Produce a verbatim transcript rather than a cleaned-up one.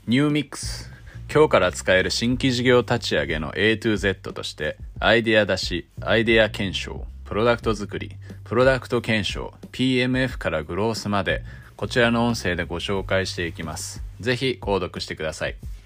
ニューミックス。今日から使える新規事業立ち上げの エートゥーゼット として、アイデア出し、アイデア検証、プロダクト作り、プロダクト検証、ピーエムエフ からグロースまで、こちらの音声でご紹介していきます。ぜひ購読してください。